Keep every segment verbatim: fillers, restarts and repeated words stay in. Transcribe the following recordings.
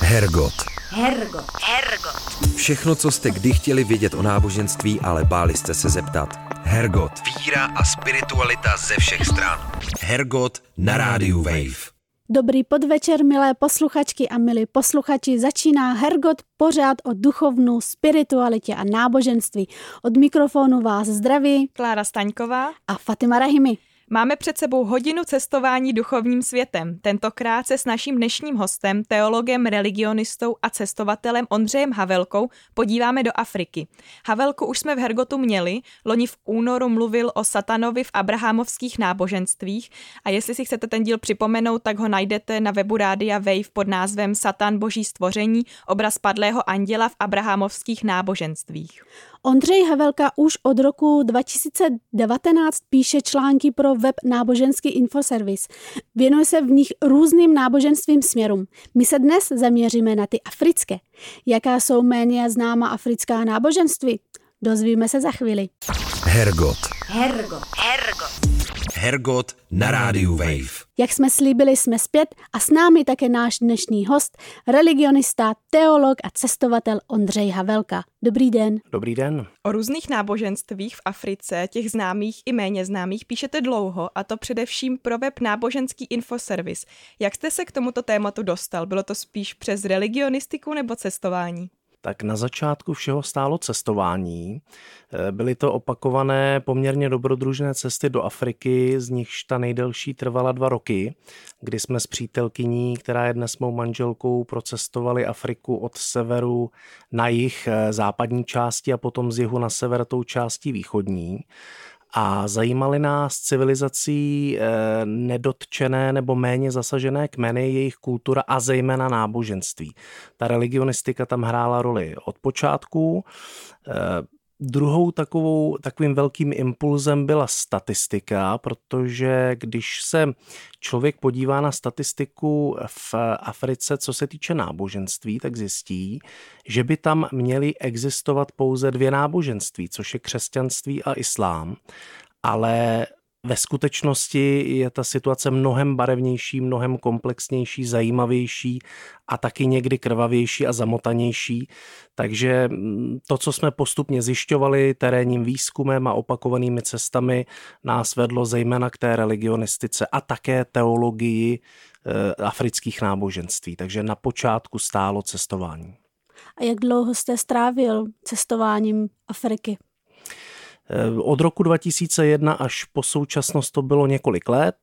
Hergot. Hergot. Hergot. Všechno, co jste kdy chtěli vědět o náboženství, ale báli jste se zeptat. Hergot. Víra a spiritualita ze všech stran. Hergot na rádiu Wave. Dobrý podvečer, milé posluchačky a milí posluchači. Začíná Hergot, pořád o duchovnu, spiritualitě a náboženství. Od mikrofonu vás zdraví Klára Staňková a Fatima Rahimi. Máme před sebou hodinu cestování duchovním světem. Tentokrát se s naším dnešním hostem, teologem, religionistou a cestovatelem Ondřejem Havelkou podíváme do Afriky. Havelku už jsme v Hergotu měli, loni v únoru mluvil o satanovi v abrahamovských náboženstvích a jestli si chcete ten díl připomenout, tak ho najdete na webu Rádia Wave pod názvem Satan boží stvoření, obraz padlého anděla v abrahamovských náboženstvích. Ondřej Havelka už od roku dva tisíce devatenáct píše články pro web Náboženský infoservis. Věnuje se v nich různým náboženstvím směrům. My se dnes zaměříme na ty africké. Jaká jsou méně známá africká náboženství? Dozvíme se za chvíli. Hergot. Hergot. Hergot. Hergot na rádiu Wave. Jak jsme slíbili, jsme zpět a s námi také náš dnešní host, religionista, teolog a cestovatel Ondřej Havelka. Dobrý den. Dobrý den. O různých náboženstvích v Africe, těch známých i méně známých, píšete dlouho, a to především pro web Náboženský infoservis. Jak jste se k tomuto tématu dostal? Bylo to spíš přes religionistiku nebo cestování? Tak na začátku všeho stálo cestování. Byly to opakované poměrně dobrodružné cesty do Afriky, z nichž ta nejdelší trvala dva roky, kdy jsme s přítelkyní, která je dnes mou manželkou, procestovali Afriku od severu na jih západní části a potom z jihu na sever tou částí východní. A zajímaly nás civilizací eh, nedotčené nebo méně zasažené kmeny, jejich kultura a zejména náboženství. Ta religionistika tam hrála roli od počátku. Eh, Druhou takovou, takovým velkým impulzem byla statistika, protože když se člověk podívá na statistiku v Africe, co se týče náboženství, tak zjistí, že by tam měly existovat pouze dvě náboženství, což je křesťanství a islám, ale ve skutečnosti je ta situace mnohem barevnější, mnohem komplexnější, zajímavější a taky někdy krvavější a zamotanější. Takže to, co jsme postupně zjišťovali terénním výzkumem a opakovanými cestami, nás vedlo zejména k té religionistice a také teologii e, afrických náboženství. Takže na počátku stálo cestování. A jak dlouho jste strávil cestováním Afriky? Od roku dva tisíce jedna až po současnost to bylo několik let.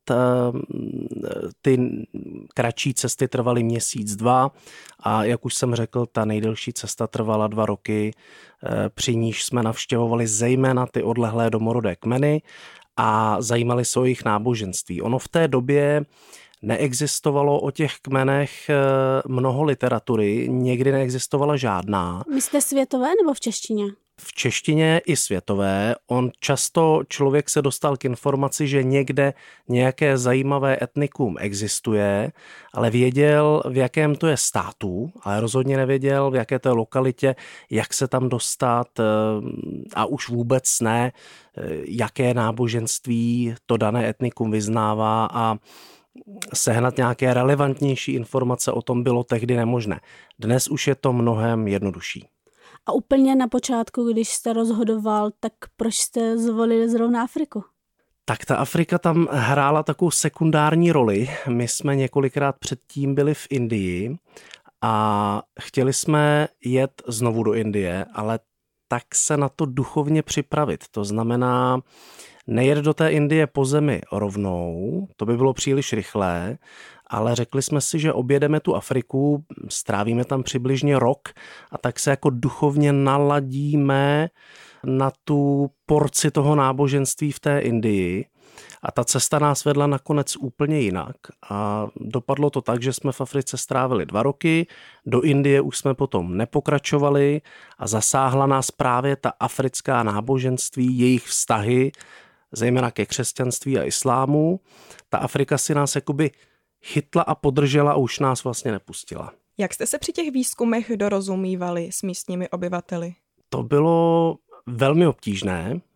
Ty kratší cesty trvaly měsíc, dva a jak už jsem řekl, ta nejdelší cesta trvala dva roky, při níž jsme navštěvovali zejména ty odlehlé domorodé kmeny a zajímali se o jejich náboženství. Ono v té době neexistovalo o těch kmenech mnoho literatury, někdy neexistovala žádná. Myslíte světové nebo v češtině? V češtině i světové. On často člověk se dostal k informaci, že někde nějaké zajímavé etnikum existuje, ale věděl, v jakém to je státu, ale rozhodně nevěděl, v jaké to je lokalitě, jak se tam dostat a už vůbec ne, jaké náboženství to dané etnikum vyznává a sehnat nějaké relevantnější informace o tom bylo tehdy nemožné. Dnes už je to mnohem jednodušší. A úplně na počátku, když jste rozhodoval, tak proč jste zvolili zrovna Afriku? Tak ta Afrika tam hrála takovou sekundární roli. My jsme několikrát předtím byli v Indii a chtěli jsme jet znovu do Indie, ale tak se na to duchovně připravit. To znamená nejet do té Indie po zemi rovnou, to by bylo příliš rychlé, ale řekli jsme si, že objedeme tu Afriku, strávíme tam přibližně rok a tak se jako duchovně naladíme na tu porci toho náboženství v té Indii. A ta cesta nás vedla nakonec úplně jinak. A dopadlo to tak, že jsme v Africe strávili dva roky, do Indie už jsme potom nepokračovali a zasáhla nás právě ta africká náboženství, jejich vztahy, zejména ke křesťanství a islámu. Ta Afrika si nás jakoby chytla a podržela a už nás vlastně nepustila. Jak jste se při těch výzkumech dorozumívali s místními obyvateli? To bylo velmi obtížné.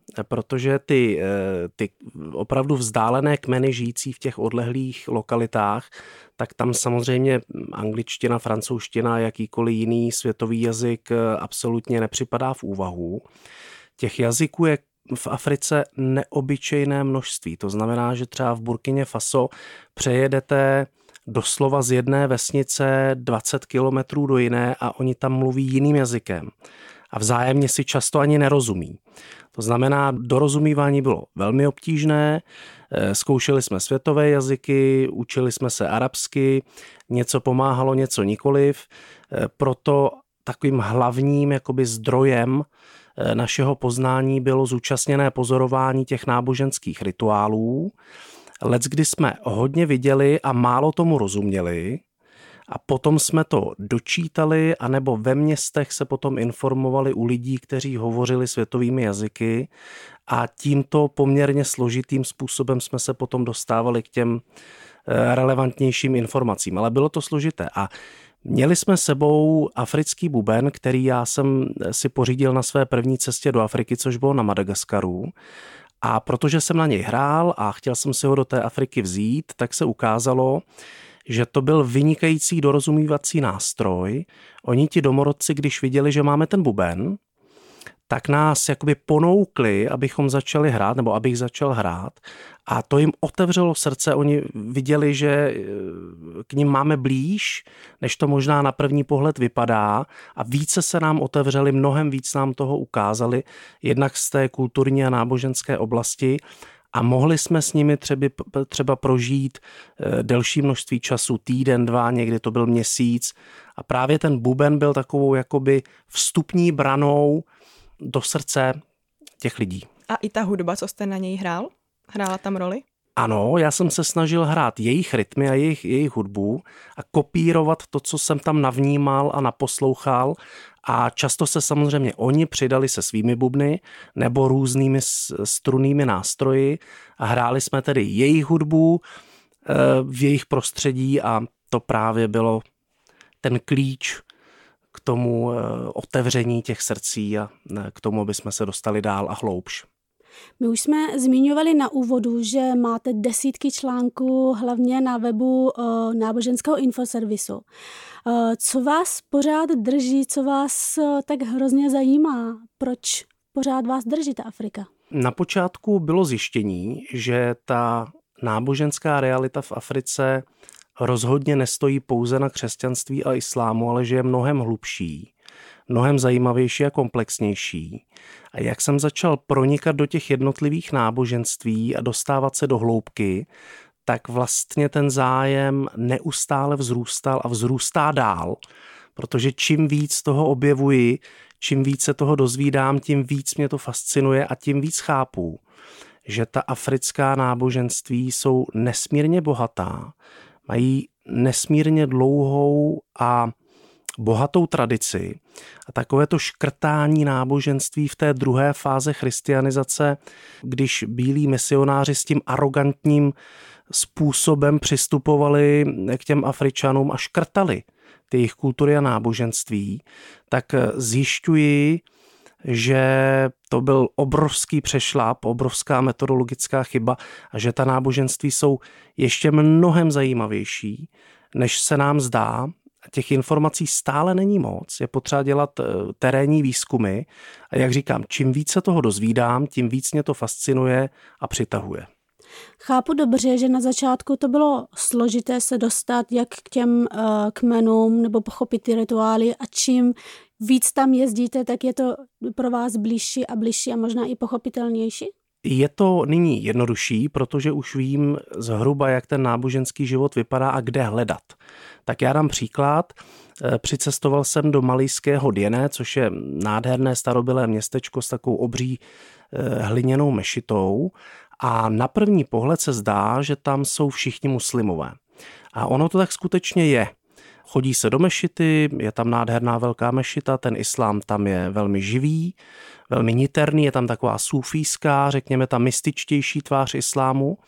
protože ty, ty opravdu vzdálené kmeny žijící v těch odlehlých lokalitách, tak tam samozřejmě angličtina, francouzština, jakýkoliv jiný světový jazyk absolutně nepřipadá v úvahu. Těch jazyků je v Africe neobyčejné množství. To znamená, že třeba v Burkině Faso přejedete doslova z jedné vesnice dvacet kilometrů do jiné a oni tam mluví jiným jazykem. A vzájemně si často ani nerozumí. To znamená, dorozumívání bylo velmi obtížné, zkoušeli jsme světové jazyky, učili jsme se arabsky, něco pomáhalo, něco nikoliv. Proto takovým hlavním jakoby zdrojem našeho poznání bylo zúčastněné pozorování těch náboženských rituálů. Leckdy jsme hodně viděli a málo tomu rozuměli a potom jsme to dočítali anebo ve městech se potom informovali u lidí, kteří hovořili světovými jazyky a tímto poměrně složitým způsobem jsme se potom dostávali k těm relevantnějším informacím. Ale bylo to složité a měli jsme sebou africký buben, který já jsem si pořídil na své první cestě do Afriky, což bylo na Madagaskaru. A protože jsem na něj hrál a chtěl jsem si ho do té Afriky vzít, tak se ukázalo, že to byl vynikající dorozumívací nástroj. Oni ti domorodci, když viděli, že máme ten buben, tak nás jakoby ponoukli, abychom začali hrát, nebo abych začal hrát. A to jim otevřelo srdce. Oni viděli, že k nim máme blíž, než to možná na první pohled vypadá. A více se nám otevřeli, mnohem víc nám toho ukázali, jednak z té kulturní a náboženské oblasti. A mohli jsme s nimi třeba, třeba prožít delší množství času, týden, dva, někdy to byl měsíc. A právě ten buben byl takovou jakoby vstupní branou do srdce těch lidí. A i ta hudba, co jste na něj hrál? Hrála tam roli? Ano, já jsem se snažil hrát jejich rytmy a jejich, jejich hudbu a kopírovat to, co jsem tam navnímal a naposlouchal. A často se samozřejmě oni přidali se svými bubny nebo různými strunnými nástroji a hráli jsme tedy jejich hudbu v jejich prostředí a to právě bylo ten klíč k tomu otevření těch srdcí a k tomu, aby jsme se dostali dál a hloubš. My už jsme zmiňovali na úvodu, že máte desítky článků hlavně na webu uh, náboženského infoservisu. Uh, co vás pořád drží, co vás uh, tak hrozně zajímá? Proč pořád vás drží ta Afrika? Na počátku bylo zjištění, že ta náboženská realita v Africe rozhodně nestojí pouze na křesťanství a islámu, ale že je mnohem hlubší, mnohem zajímavější a komplexnější. A jak jsem začal pronikat do těch jednotlivých náboženství a dostávat se do hloubky, tak vlastně ten zájem neustále vzrůstal a vzrůstá dál, protože čím víc toho objevuji, čím víc se toho dozvídám, tím víc mě to fascinuje a tím víc chápu, že ta africká náboženství jsou nesmírně bohatá, mají nesmírně dlouhou a bohatou tradici a takové to škrtání náboženství v té druhé fáze christianizace, když bílí misionáři s tím arrogantním způsobem přistupovali k těm Afričanům a škrtali ty jejich kultury a náboženství, tak zjišťuji, že to byl obrovský přešláp, obrovská metodologická chyba a že ta náboženství jsou ještě mnohem zajímavější, než se nám zdá. Těch informací stále není moc, je potřeba dělat terénní výzkumy a jak říkám, čím více toho dozvídám, tím víc mě to fascinuje a přitahuje. Chápu dobře, že na začátku to bylo složité se dostat jak k těm uh, kmenům nebo pochopit ty rituály a čím víc tam jezdíte, tak je to pro vás blížší a blížší a možná i pochopitelnější? Je to nyní jednodušší, protože už vím zhruba, jak ten náboženský život vypadá a kde hledat. Tak já dám příklad. Přicestoval jsem do malijského Diené, což je nádherné starobylé městečko s takovou obří hliněnou mešitou a na první pohled se zdá, že tam jsou všichni muslimové. A ono to tak skutečně je. Chodí se do mešity, je tam nádherná velká mešita, ten islám tam je velmi živý, velmi niterný, je tam taková sufijská, řekněme ta mystičtější tvář islámu,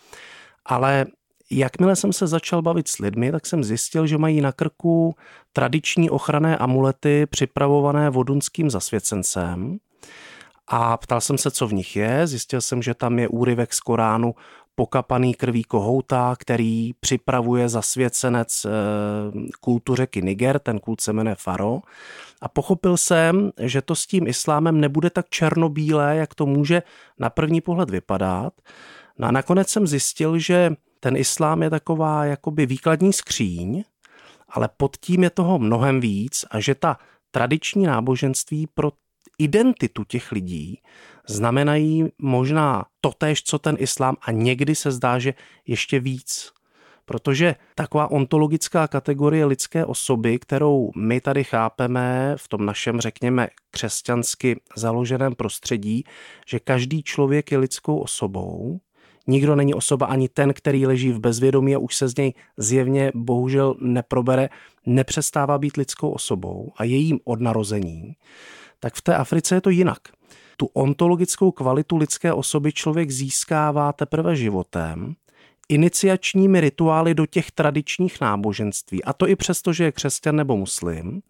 ale jakmile jsem se začal bavit s lidmi, tak jsem zjistil, že mají na krku tradiční ochranné amulety připravované vodunským zasvěcencem a ptal jsem se, co v nich je. Zjistil jsem, že tam je úryvek z Koránu pokapaný krví kohouta, který připravuje zasvěcenec kultu řeky Niger, ten kult se jmenuje Faro. A pochopil jsem, že to s tím islámem nebude tak černobílé, jak to může na první pohled vypadat. No a nakonec jsem zjistil, že ten islám je taková jakoby výkladní skříň, ale pod tím je toho mnohem víc a že ta tradiční náboženství pro identitu těch lidí znamenají možná totéž, co ten islám a někdy se zdá, že ještě víc. Protože taková ontologická kategorie lidské osoby, kterou my tady chápeme v tom našem, řekněme, křesťansky založeném prostředí, že každý člověk je lidskou osobou, nikdo není osoba ani ten, který leží v bezvědomí a už se z něj zjevně bohužel neprobere, nepřestává být lidskou osobou a jejím od narození, tak v té Africe je to jinak. Tu ontologickou kvalitu lidské osoby člověk získává teprve životem, iniciačními rituály do těch tradičních náboženství, a to i přesto, že je křesťan nebo muslim.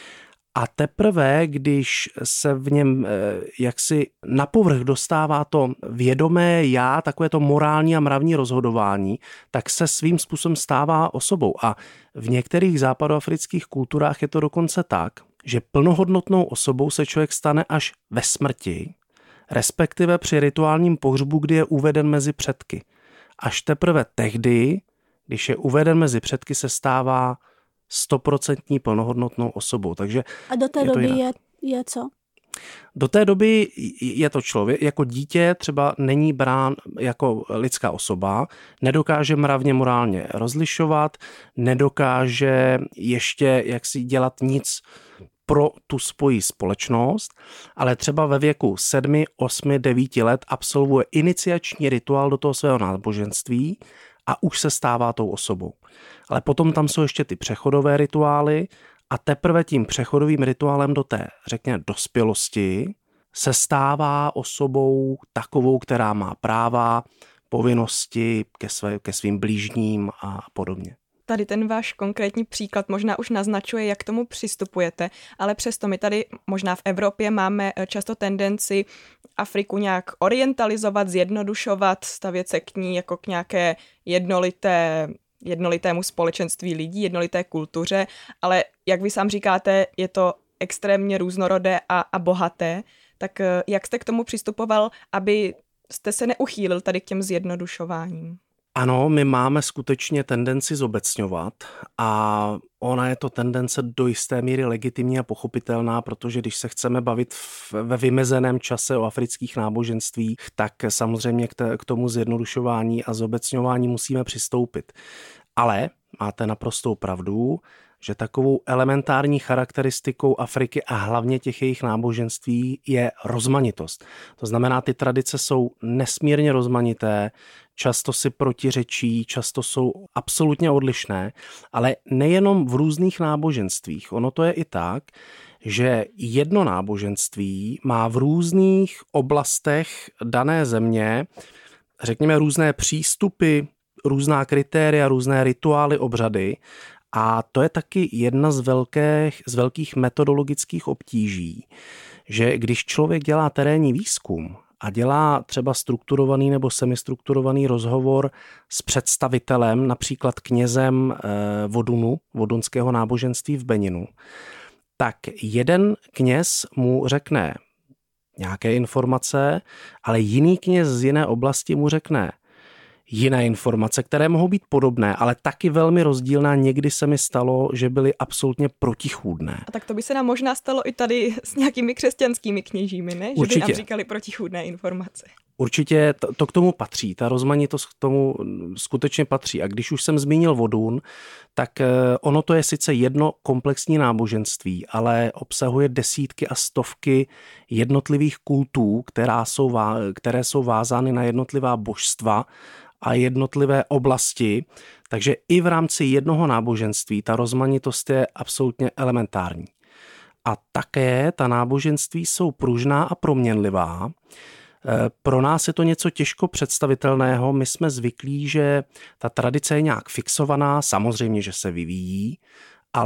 A teprve, když se v něm jaksi na povrch dostává to vědomé já, takové to morální a mravní rozhodování, tak se svým způsobem stává osobou. A v některých západoafrických kulturách je to dokonce tak, že plnohodnotnou osobou se člověk stane až ve smrti, respektive při rituálním pohřbu, kdy je uveden mezi předky. Až teprve tehdy, když je uveden mezi předky, se stává stoprocentní plnohodnotnou osobou. Takže a do té je doby je, je co? Do té doby je to člověk, jako dítě třeba není brán jako lidská osoba, nedokáže mravně morálně rozlišovat, nedokáže ještě jaksi dělat nic pro tu svoji společnost, ale třeba ve věku sedmi, osmi, devíti let absolvuje iniciační rituál do toho svého náboženství a už se stává tou osobou. Ale potom tam jsou ještě ty přechodové rituály a teprve tím přechodovým rituálem do té, řekněme, dospělosti se stává osobou takovou, která má práva, povinnosti ke, své, ke svým blížním a podobně. Tady ten váš konkrétní příklad možná už naznačuje, jak k tomu přistupujete, ale přesto my tady možná v Evropě máme často tendenci Afriku nějak orientalizovat, zjednodušovat, stavět se k ní jako k nějaké jednolité, jednolitému společenství lidí, jednolité kultuře, ale jak vy sám říkáte, je to extrémně různorodé a, a bohaté, tak jak jste k tomu přistupoval, aby jste se neuchýlil tady k těm zjednodušováním? Ano, my máme skutečně tendenci zobecňovat a ona je to tendence do jisté míry legitimní a pochopitelná, protože když se chceme bavit v, ve vymezeném čase o afrických náboženstvích, tak samozřejmě k, te, k tomu zjednodušování a zobecňování musíme přistoupit. Ale máte naprostou pravdu, že takovou elementární charakteristikou Afriky a hlavně těch jejich náboženství je rozmanitost. To znamená, ty tradice jsou nesmírně rozmanité, často si protiřečí, často jsou absolutně odlišné, ale nejenom v různých náboženstvích. Ono to je i tak, že jedno náboženství má v různých oblastech dané země, řekněme, různé přístupy, různá kritéria, různé rituály, obřady. A to je taky jedna z velkých, z velkých metodologických obtíží, že když člověk dělá terénní výzkum a dělá třeba strukturovaný nebo semistrukturovaný rozhovor s představitelem, například knězem Vodunu, vodunského náboženství v Beninu, tak jeden kněz mu řekne nějaké informace, ale jiný kněz z jiné oblasti mu řekne jiné informace, které mohou být podobné, ale taky velmi rozdílné. Někdy se mi stalo, že byly absolutně protichůdné. A tak to by se nám možná stalo i tady s nějakými křesťanskými kněžími, ne? Že Určitě. by nám říkali protichůdné informace. Určitě to, to k tomu patří, ta rozmanitost k tomu skutečně patří. A když už jsem zmínil Vodun, tak ono to je sice jedno komplexní náboženství, ale obsahuje desítky a stovky jednotlivých kultů, která jsou, které jsou vázány na jednotlivá božstva a jednotlivé oblasti, takže i v rámci jednoho náboženství ta rozmanitost je absolutně elementární. A také ta náboženství jsou pružná a proměnlivá. Pro nás je to něco těžko představitelného. My jsme zvyklí, že ta tradice je nějak fixovaná, samozřejmě, že se vyvíjí, ale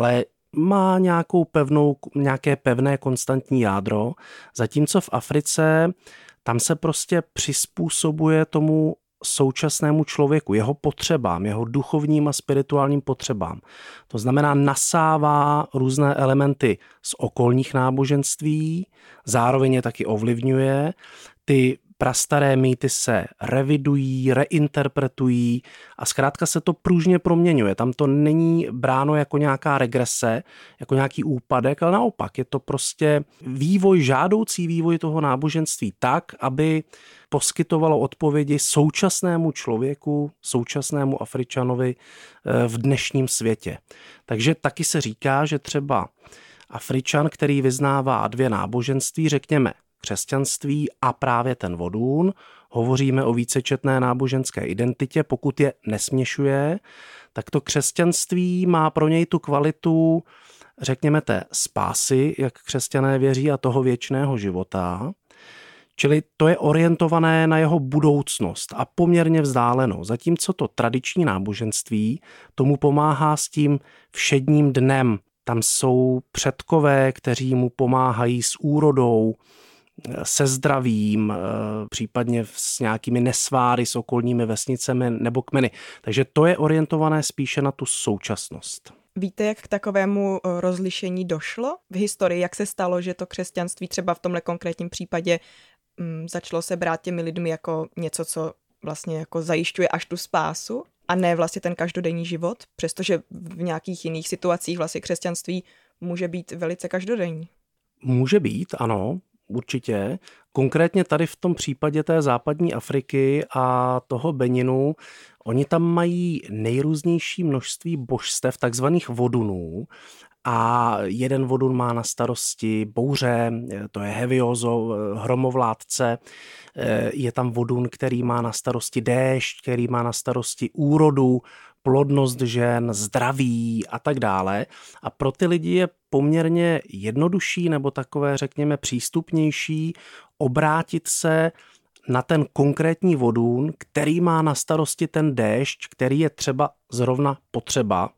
má nějakou pevnou, nějaké pevné konstantní jádro, zatímco v Africe tam se prostě přizpůsobuje tomu současnému člověku, jeho potřebám, jeho duchovním a spirituálním potřebám. To znamená, nasává různé elementy z okolních náboženství, zároveň je taky ovlivňuje. Ty prastaré mýty se revidují, reinterpretují a zkrátka se to pružně proměňuje. Tam to není bráno jako nějaká regrese, jako nějaký úpadek, ale naopak je to prostě vývoj, žádoucí vývoj toho náboženství tak, aby poskytovalo odpovědi současnému člověku, současnému Afričanovi v dnešním světě. Takže taky se říká, že třeba Afričan, který vyznává dvě náboženství, řekněme křesťanství a právě ten vodún, hovoříme o vícečetné náboženské identitě, pokud je nesměšuje, tak to křesťanství má pro něj tu kvalitu, řekněme, té spásy, jak křesťané věří, a toho věčného života. Čili to je orientované na jeho budoucnost a poměrně vzdáleno. Zatímco to tradiční náboženství tomu pomáhá s tím všedním dnem. Tam jsou předkové, kteří mu pomáhají s úrodou, se zdravím, případně s nějakými nesváry s okolními vesnicemi nebo kmeny. Takže to je orientované spíše na tu současnost. Víte, jak k takovému rozlišení došlo v historii? Jak se stalo, že to křesťanství třeba v tomhle konkrétním případě m, začalo se brát těmi lidmi jako něco, co vlastně jako zajišťuje až tu spásu a ne vlastně ten každodenní život, přestože v nějakých jiných situacích vlastně křesťanství může být velice každodenní? Může být, ano. Určitě. Konkrétně tady v tom případě té západní Afriky a toho Beninu, oni tam mají nejrůznější množství božstev, takzvaných vodunů, a jeden vodun má na starosti bouře, to je Heviozo, hromovládce, je tam vodun, který má na starosti déšť, který má na starosti úrodu, plodnost žen, zdraví a tak dále. A pro ty lidi je poměrně jednodušší nebo takové, řekněme, přístupnější obrátit se na ten konkrétní vodun, který má na starosti ten déšť, který je třeba zrovna potřeba,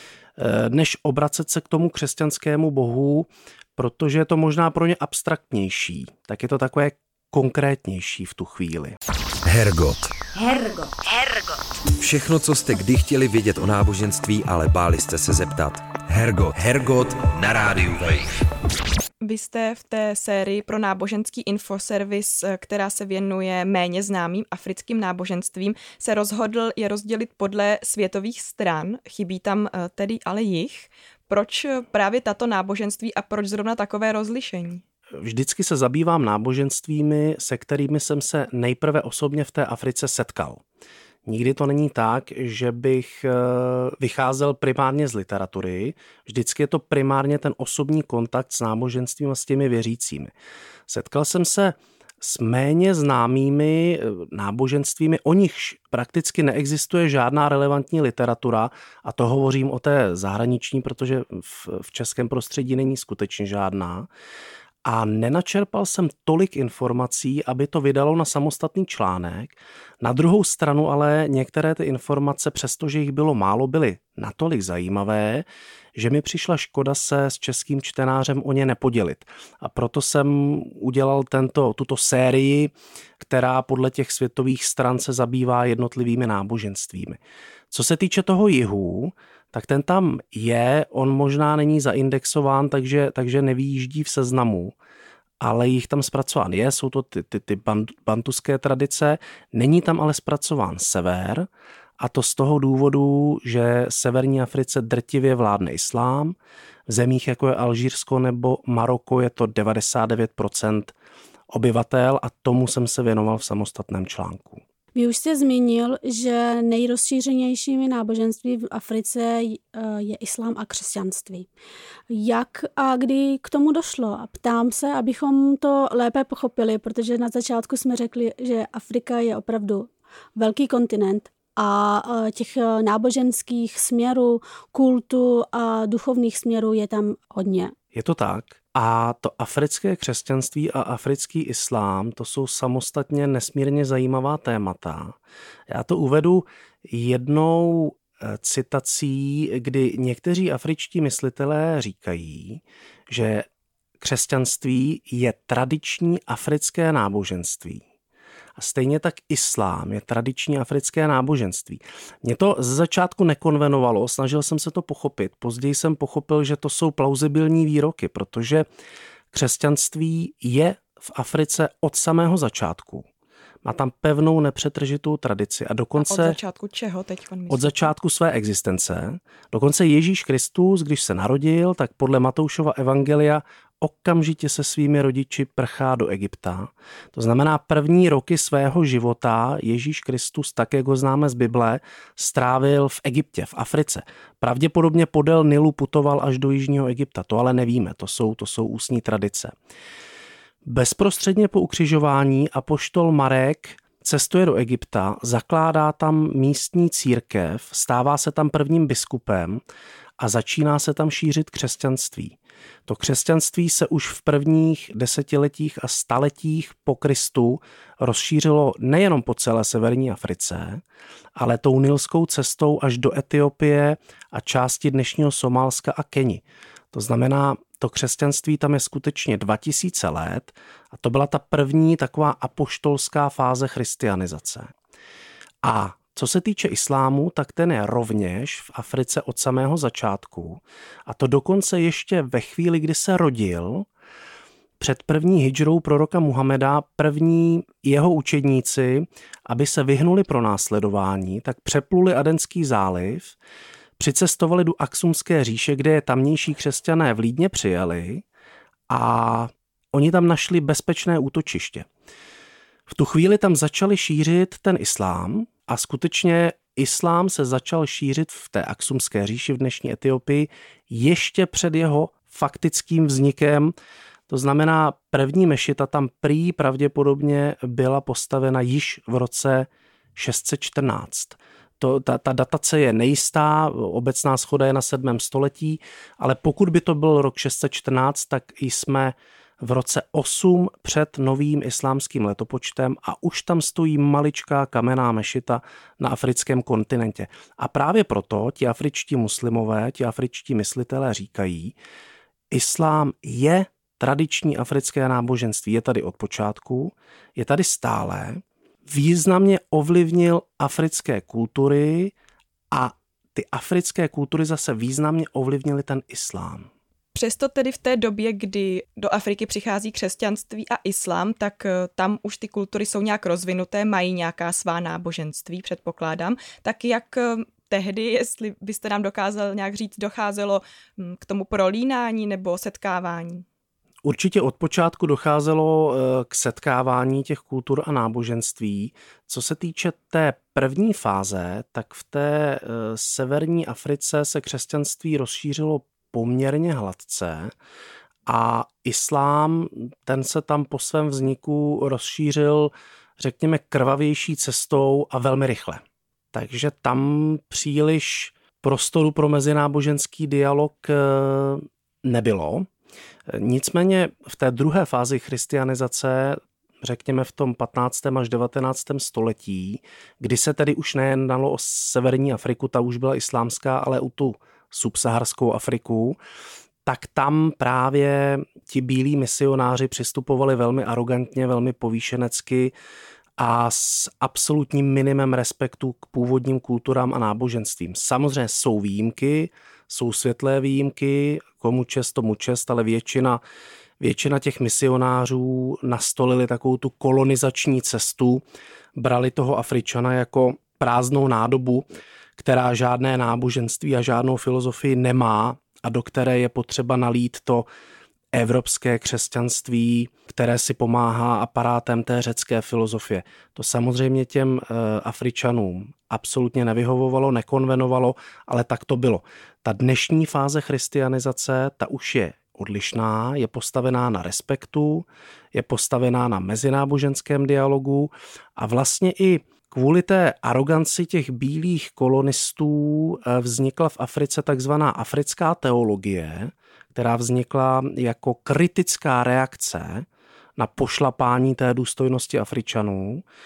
než obracet se k tomu křesťanskému bohu, protože je to možná pro ně abstraktnější. Tak je to takové konkrétnější v tu chvíli. Hergot. Hergot. Hergot. Všechno, co jste kdy chtěli vědět o náboženství, ale báli jste se zeptat. Hergot. Hergot na rádiu Wave. Vy jste v té sérii pro náboženský infoservis, která se věnuje méně známým africkým náboženstvím, se rozhodl je rozdělit podle světových stran. Chybí tam tedy ale jich. Proč právě tato náboženství a proč zrovna takové rozlišení? Vždycky se zabývám náboženstvími, se kterými jsem se nejprve osobně v té Africe setkal. Nikdy to není tak, že bych vycházel primárně z literatury. Vždycky je to primárně ten osobní kontakt s náboženstvím a s těmi věřícími. Setkal jsem se s méně známými náboženstvími, o nichž prakticky neexistuje žádná relevantní literatura, a to hovořím o té zahraniční, protože v, v českém prostředí není skutečně žádná. A nenačerpal jsem tolik informací, aby to vydalo na samostatný článek. Na druhou stranu ale některé ty informace, přestože jich bylo málo, byly natolik zajímavé, že mi přišla škoda se s českým čtenářem o ně nepodělit. A proto jsem udělal tento, tuto sérii, která podle těch světových stran se zabývá jednotlivými náboženstvími. Co se týče toho jihu, tak ten tam je, on možná není zaindexován, takže, takže nevýjíždí v seznamu, ale jich tam zpracován je, jsou to ty, ty, ty bantuské tradice, není tam ale zpracován sever, a to z toho důvodu, že v severní Africe drtivě vládne islám, v zemích jako je Alžírsko nebo Maroko je to devadesát devět procent obyvatel a tomu jsem se věnoval v samostatném článku. Vy už jste zmínil, že nejrozšířenějšími náboženství v Africe je islám a křesťanství. Jak a kdy k tomu došlo? A ptám se, abychom to lépe pochopili, protože na začátku jsme řekli, že Afrika je opravdu velký kontinent a těch náboženských směrů, kultu a duchovních směrů je tam hodně. Je to tak. A to africké křesťanství a africký islám, to jsou samostatně nesmírně zajímavá témata. Já to uvedu jednou citací, kdy někteří afričtí myslitelé říkají, že křesťanství je tradiční africké náboženství. A stejně tak islám je tradiční africké náboženství. Mě to ze začátku nekonvenovalo, snažil jsem se to pochopit. Později jsem pochopil, že to jsou plauzibilní výroky, protože křesťanství je v Africe od samého začátku. Má tam pevnou nepřetržitou tradici a dokonce... A od začátku čeho teď? Od začátku své existence. Dokonce Ježíš Kristus, když se narodil, tak podle Matoušova evangelia okamžitě se svými rodiči prchá do Egypta. To znamená, první roky svého života Ježíš Kristus, tak jak ho známe z Bible, strávil v Egyptě, v Africe. Pravděpodobně podél Nilu putoval až do jižního Egypta. To ale nevíme, to jsou, to jsou ústní tradice. Bezprostředně po ukřižování apoštol Marek cestuje do Egypta, zakládá tam místní církev, stává se tam prvním biskupem a začíná se tam šířit křesťanství. To křesťanství se už v prvních desetiletích a staletích po Kristu rozšířilo nejenom po celé severní Africe, ale tou nilskou cestou až do Etiopie a části dnešního Somálska a Keni. To znamená, to křesťanství tam je skutečně dva tisíce let a to byla ta první taková apoštolská fáze christianizace. A co se týče islámu, tak ten je rovněž v Africe od samého začátku a to dokonce ještě ve chvíli, kdy se rodil, před první hidžrou proroka Muhameda, první jeho učedníci, aby se vyhnuli pronásledování, tak přepluli Adenský záliv, přicestovali do Aksumské říše, kde je tamnější křesťané vlídně přijali a oni tam našli bezpečné útočiště. V tu chvíli tam začali šířit ten islám a skutečně islám se začal šířit v té Aksumské říši v dnešní Etiopii ještě před jeho faktickým vznikem. To znamená, první mešita tam prý pravděpodobně byla postavena již v roce šest set čtrnáct. To, ta, ta datace je nejistá, obecná shoda je na sedmém století, ale pokud by to byl rok šest set čtrnáct, tak jsme v roce osm před novým islámským letopočtem a už tam stojí maličká kamenná mešita na africkém kontinentě. A právě proto ti afričtí muslimové, ti afričtí myslitelé říkají, islám je tradiční africké náboženství, je tady od počátku, je tady stále, významně ovlivnil africké kultury a ty africké kultury zase významně ovlivnily ten islám. Přesto tedy v té době, kdy do Afriky přichází křesťanství a islám, tak tam už ty kultury jsou nějak rozvinuté, mají nějaká svá náboženství, předpokládám. Tak jak tehdy, jestli byste nám dokázal nějak říct, docházelo k tomu prolínání nebo setkávání? Určitě od počátku docházelo k setkávání těch kultur a náboženství. Co se týče té první fáze, tak v té severní Africe se křesťanství rozšířilo poměrně hladce a islám, ten se tam po svém vzniku rozšířil, řekněme, krvavější cestou a velmi rychle. Takže tam příliš prostoru pro mezináboženský dialog nebylo. Nicméně v té druhé fázi christianizace, řekněme v tom patnáctém až devatenáctém století, kdy se tedy už nejednalo o severní Afriku, ta už byla islámská, ale u tu subsaharskou Afriku, tak tam právě ti bílí misionáři přistupovali velmi arrogantně, velmi povýšenecky a s absolutním minimem respektu k původním kulturám a náboženstvím. Samozřejmě jsou výjimky, jsou světlé výjimky, komu čest, tomu čest, ale většina, většina těch misionářů nastolili takovou tu kolonizační cestu, brali toho Afričana jako prázdnou nádobu, která žádné náboženství a žádnou filozofii nemá a do které je potřeba nalít to evropské křesťanství, které si pomáhá aparátem té řecké filozofie. To samozřejmě těm Afričanům absolutně nevyhovovalo, nekonvenovalo, ale tak to bylo. Ta dnešní fáze christianizace, ta už je odlišná, je postavená na respektu, je postavená na mezináboženském dialogu a vlastně i kvůli té aroganci těch bílých kolonistů vznikla v Africe takzvaná africká teologie, která vznikla jako kritická reakce na pošlapání té důstojnosti Afričanů.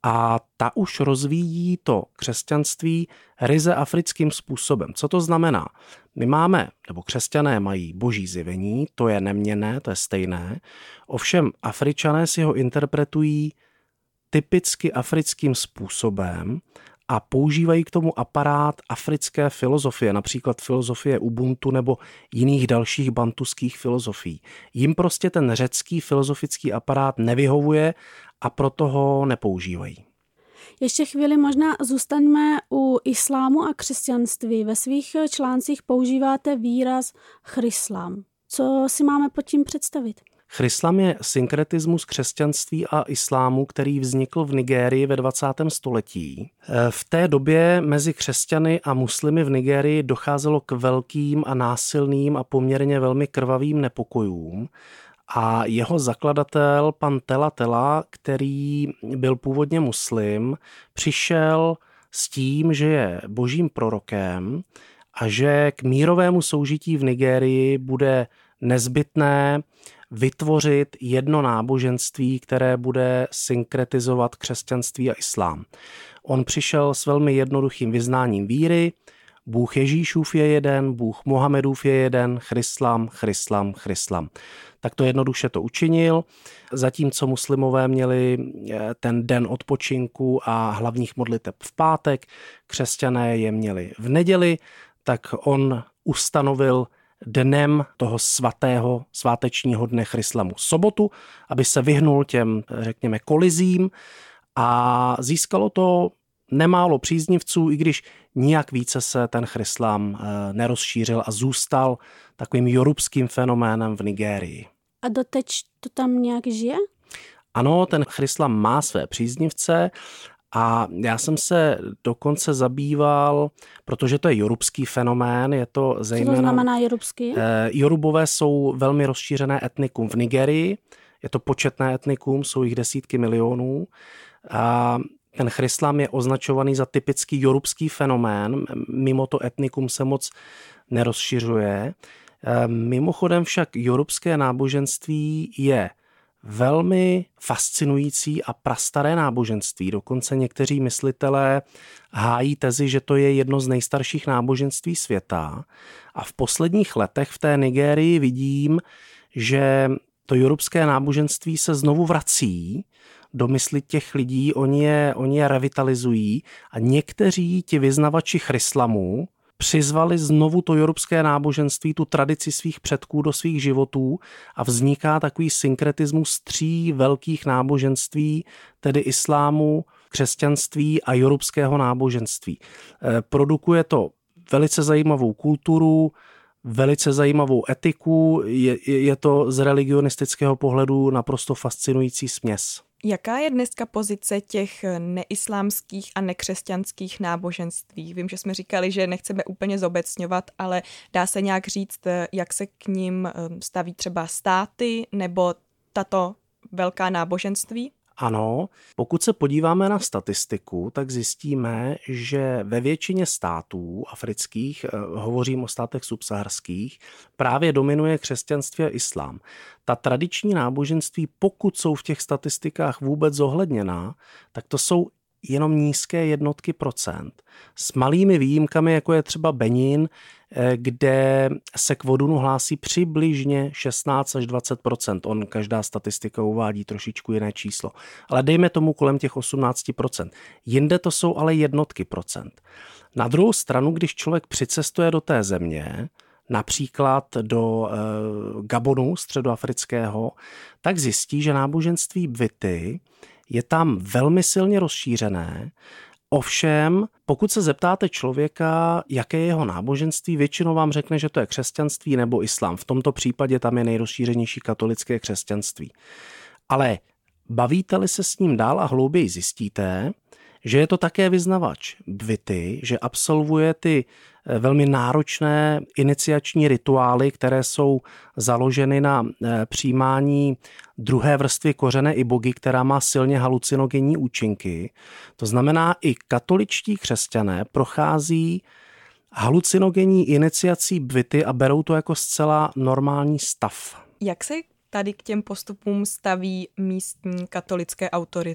a ta už rozvíjí to křesťanství ryze africkým způsobem. Co to znamená? My máme, nebo křesťané mají boží zjevení, to je neměnné, to je stejné, ovšem Afričané si ho interpretují typicky africkým způsobem a používají k tomu aparát africké filozofie, například filozofie Ubuntu nebo jiných dalších bantuských filozofií. Jim prostě ten řecký filozofický aparát nevyhovuje a proto ho nepoužívají. Ještě chvíli možná zůstaňme u islámu a křesťanství. Ve svých článcích používáte výraz chryslám. Co si máme pod tím představit? Chryslám je synkretismus křesťanství a islámu, který vznikl v Nigérii ve dvacátém století. V té době mezi křesťany a muslimy v Nigérii docházelo k velkým a násilným a poměrně velmi krvavým nepokojům. A jeho zakladatel, pan Tela Tela, který byl původně muslim, přišel s tím, že je božím prorokem a že k mírovému soužití v Nigérii bude nezbytné vytvořit jedno náboženství, které bude synkretizovat křesťanství a islám. On přišel s velmi jednoduchým vyznáním víry. Bůh Ježíšův je jeden, Bůh Mohamedův je jeden, Chryslám, Chryslám, Chryslám. Tak to jednoduše to učinil. Zatímco muslimové měli ten den odpočinku a hlavních modliteb v pátek, křesťané je měli v neděli, tak on ustanovil dnem toho svatého svátečního dne Chryslamu sobotu, aby se vyhnul těm, řekněme, kolizím a získalo to nemálo příznivců, i když nijak více se ten chryslám nerozšířil a zůstal takovým jorubským fenoménem v Nigérii. A doteď to tam nějak žije? Ano, ten chryslám má své příznivce a já jsem se dokonce zabýval, protože to je jorubský fenomén, je to zejména... Co to znamená jorubský? Jorubové jsou velmi rozšířené etnikum v Nigérii, je to početné etnikum, jsou jich desítky milionů a ten chryslám je označovaný za typický jorubský fenomén, mimo to etnikum se moc nerozšiřuje. Mimochodem však jorubské náboženství je velmi fascinující a prastaré náboženství. Dokonce někteří myslitelé hájí tezi, že to je jedno z nejstarších náboženství světa. A v posledních letech v té Nigérii vidím, že to jorubské náboženství se znovu vrací do mysli těch lidí, oni je, oni je revitalizují a někteří ti vyznavači chryslamu přizvali znovu to jorubské náboženství, tu tradici svých předků do svých životů a vzniká takový synkretismus tří velkých náboženství, tedy islámu, křesťanství a jorubského náboženství. Produkuje to velice zajímavou kulturu, velice zajímavou etiku, je, je to z religionistického pohledu naprosto fascinující směs. Jaká je dneska pozice těch neislámských a nekřesťanských náboženství? Vím, že jsme říkali, že nechceme úplně zobecňovat, ale dá se nějak říct, jak se k nim staví třeba státy nebo tato velká náboženství? Ano, pokud se podíváme na statistiku, tak zjistíme, že ve většině států afrických, hovořím o státech subsaharských, právě dominuje křesťanství a islám. Ta tradiční náboženství, pokud jsou v těch statistikách vůbec zohledněná, tak to jsou jenom nízké jednotky procent. S malými výjimkami, jako je třeba Benin, kde se k vodunu hlásí přibližně šestnáct až dvacet procent. On každá statistika uvádí trošičku jiné číslo. Ale dejme tomu kolem těch osmnáct procent. Jinde to jsou ale jednotky procent. Na druhou stranu, když člověk přicestuje do té země, například do e, Gabonu středoafrického, tak zjistí, že náboženství Bwiti je tam velmi silně rozšířené. Ovšem, pokud se zeptáte člověka, jaké je jeho náboženství, většinou vám řekne, že to je křesťanství nebo islám. V tomto případě tam je nejrozšířenější katolické křesťanství. Ale bavíte-li se s ním dál a hlouběji, zjistíte, že je to také vyznavač Bwiti, že absolvuje ty velmi náročné iniciační rituály, které jsou založeny na přijímání druhé vrstvy kořene ibogy, která má silně halucinogenní účinky. To znamená, i katoličtí křesťané prochází halucinogenní iniciací Bwiti a berou to jako zcela normální stav. Jak se tady k těm postupům staví místní katolické autority?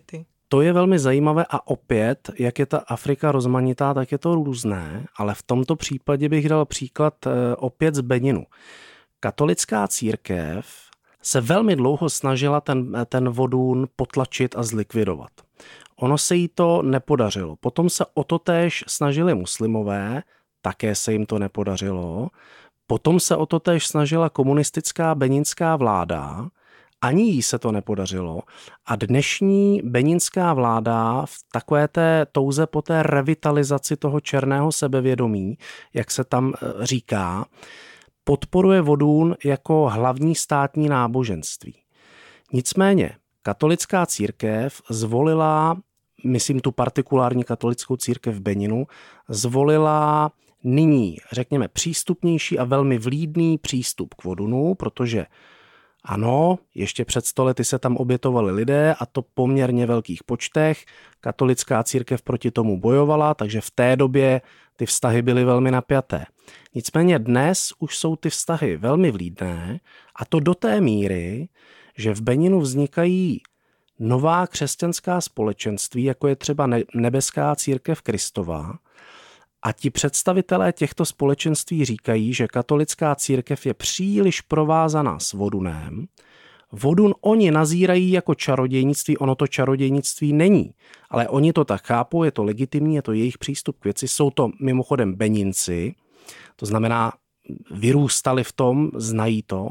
To je velmi zajímavé a opět, jak je ta Afrika rozmanitá, tak je to různé, ale v tomto případě bych dal příklad opět z Beninu. Katolická církev se velmi dlouho snažila ten, ten vodun potlačit a zlikvidovat. Ono se jí to nepodařilo. Potom se o to též snažili muslimové, také se jim to nepodařilo. Potom se o to též snažila komunistická beninská vláda, ani jí se to nepodařilo. A dnešní beninská vláda v takové té touze po té revitalizaci toho černého sebevědomí, jak se tam říká, podporuje vodun jako hlavní státní náboženství. Nicméně katolická církev zvolila, myslím tu partikulární katolickou církev v Beninu, zvolila nyní, řekněme, přístupnější a velmi vlídný přístup k vodunu, protože ano, ještě před sto lety se tam obětovali lidé a to poměrně velkých počtech. Katolická církev proti tomu bojovala, takže v té době ty vztahy byly velmi napjaté. Nicméně dnes už jsou ty vztahy velmi vlídné a to do té míry, že v Beninu vznikají nová křesťanská společenství, jako je třeba Nebeská církev Kristova. A ti představitelé těchto společenství říkají, že katolická církev je příliš provázaná s vodunem. Vodun oni nazírají jako čarodějnictví, ono to čarodějnictví není. Ale oni to tak chápou, je to legitimní, je to jejich přístup k věci. Jsou to mimochodem Beninci, to znamená vyrůstali v tom, znají to.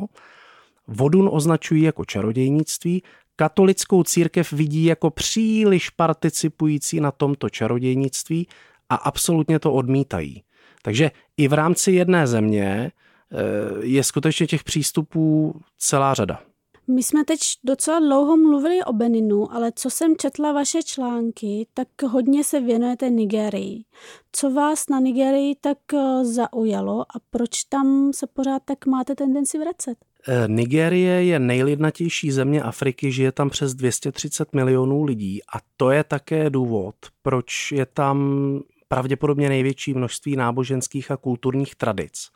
Vodun označují jako čarodějnictví, katolickou církev vidí jako příliš participující na tomto čarodějnictví a absolutně to odmítají. Takže i v rámci jedné země je skutečně těch přístupů celá řada. My jsme teď docela dlouho mluvili o Beninu, ale co jsem četla vaše články, tak hodně se věnujete Nigérii. Co vás na Nigérii tak zaujalo a proč tam se pořád tak máte tendenci vracet? Nigérie je nejlidnatější země Afriky, žije tam přes dvě stě třicet milionů lidí a to je také důvod, proč je tam pravděpodobně největší množství náboženských a kulturních tradic.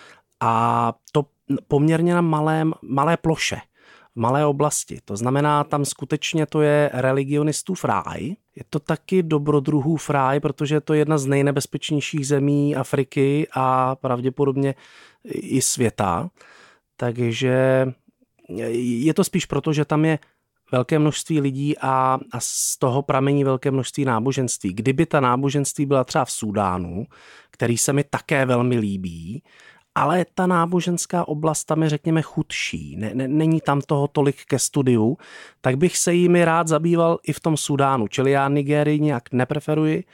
A to poměrně na malém, malé ploše, v malé oblasti. To znamená, tam skutečně to je religionistův ráj. Je to taky dobrodruhův ráj, protože to je jedna z nejnebezpečnějších zemí Afriky a pravděpodobně i světa. Takže je to spíš proto, že tam je velké množství lidí a, a z toho pramení velké množství náboženství. Kdyby ta náboženství byla třeba v Súdánu, který se mi také velmi líbí, ale ta náboženská oblast tam je, řekněme, chudší, ne, ne, není tam toho tolik ke studiu, tak bych se jimi rád zabýval i v tom Súdánu. Čili já Nigérii nějak nepreferuji,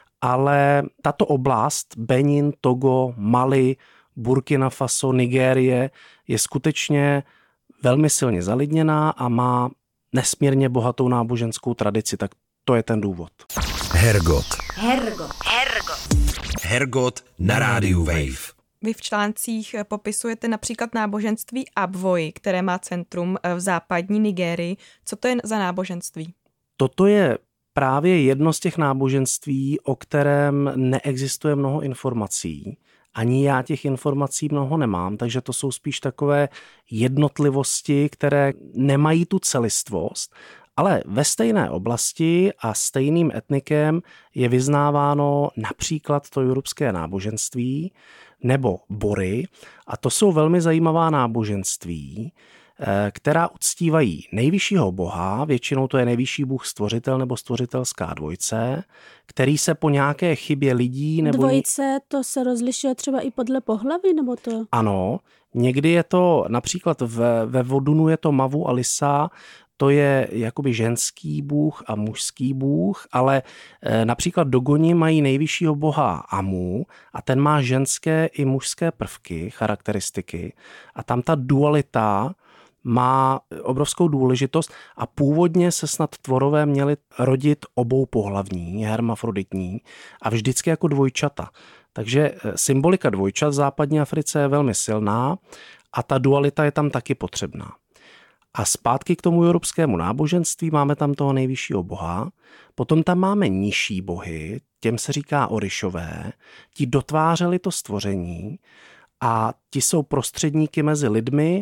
ale tato oblast, Benin, Togo, Mali, Burkina Faso, Nigérie, je skutečně velmi silně zalidněná a má nesmírně bohatou náboženskou tradici, tak to je ten důvod. Hergot. Hergot. Hergot. Hergot na rádiu Wave. Vy v článcích popisujete například náboženství Abwoi, které má centrum v západní Nigérii. Co to je za náboženství? Toto je právě jedno z těch náboženství, o kterém neexistuje mnoho informací. Ani já těch informací mnoho nemám, takže to jsou spíš takové jednotlivosti, které nemají tu celistvost, ale ve stejné oblasti a stejným etnikem je vyznáváno například to jurubské náboženství nebo bory a to jsou velmi zajímavá náboženství, která uctívají nejvyššího boha, většinou to je nejvyšší bůh stvořitel nebo stvořitelská dvojce, který se po nějaké chybě lidí nebo... Dvojice, to se rozlišuje třeba i podle pohlaví, nebo to? Ano, někdy je to, například ve, ve Vodunu je to Mavu a Lisa, to je jakoby ženský bůh a mužský bůh, ale e, například Dogoni mají nejvyššího boha Amu a ten má ženské i mužské prvky, charakteristiky a tam ta dualita má obrovskou důležitost a původně se snad tvorové měli rodit obou pohlavní, hermafroditní a vždycky jako dvojčata. Takže symbolika dvojčat v západní Africe je velmi silná a ta dualita je tam taky potřebná. A zpátky k tomu jurubskému náboženství máme tam toho nejvyššího boha, potom tam máme nižší bohy, těm se říká Orišové, ti dotvářeli to stvoření a ti jsou prostředníky mezi lidmi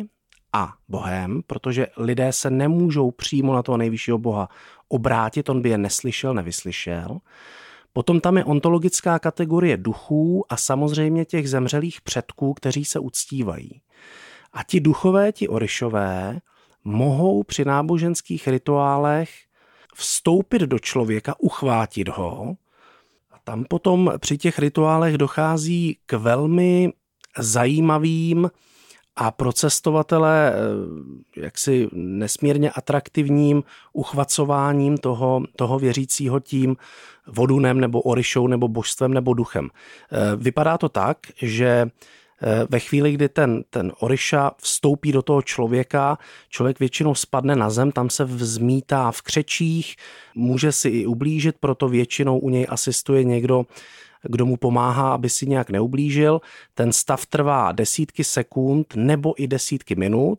a Bohem, protože lidé se nemůžou přímo na toho nejvyššího Boha obrátit, on by je neslyšel, nevyslyšel. Potom tam je ontologická kategorie duchů a samozřejmě těch zemřelých předků, kteří se uctívají. A ti duchové, ti Orišové, mohou při náboženských rituálech vstoupit do člověka, uchvátit ho. A tam potom při těch rituálech dochází k velmi zajímavým a pro cestovatele jaksi nesmírně atraktivním uchvacováním toho, toho věřícího tím vodunem nebo Orišou nebo božstvem nebo duchem. Vypadá to tak, že ve chvíli, kdy ten, ten Oriša vstoupí do toho člověka, člověk většinou spadne na zem, tam se vzmítá v křečích, může si i ublížit, proto většinou u něj asistuje někdo, kdo mu pomáhá, aby si nějak neublížil. Ten stav trvá desítky sekund nebo i desítky minut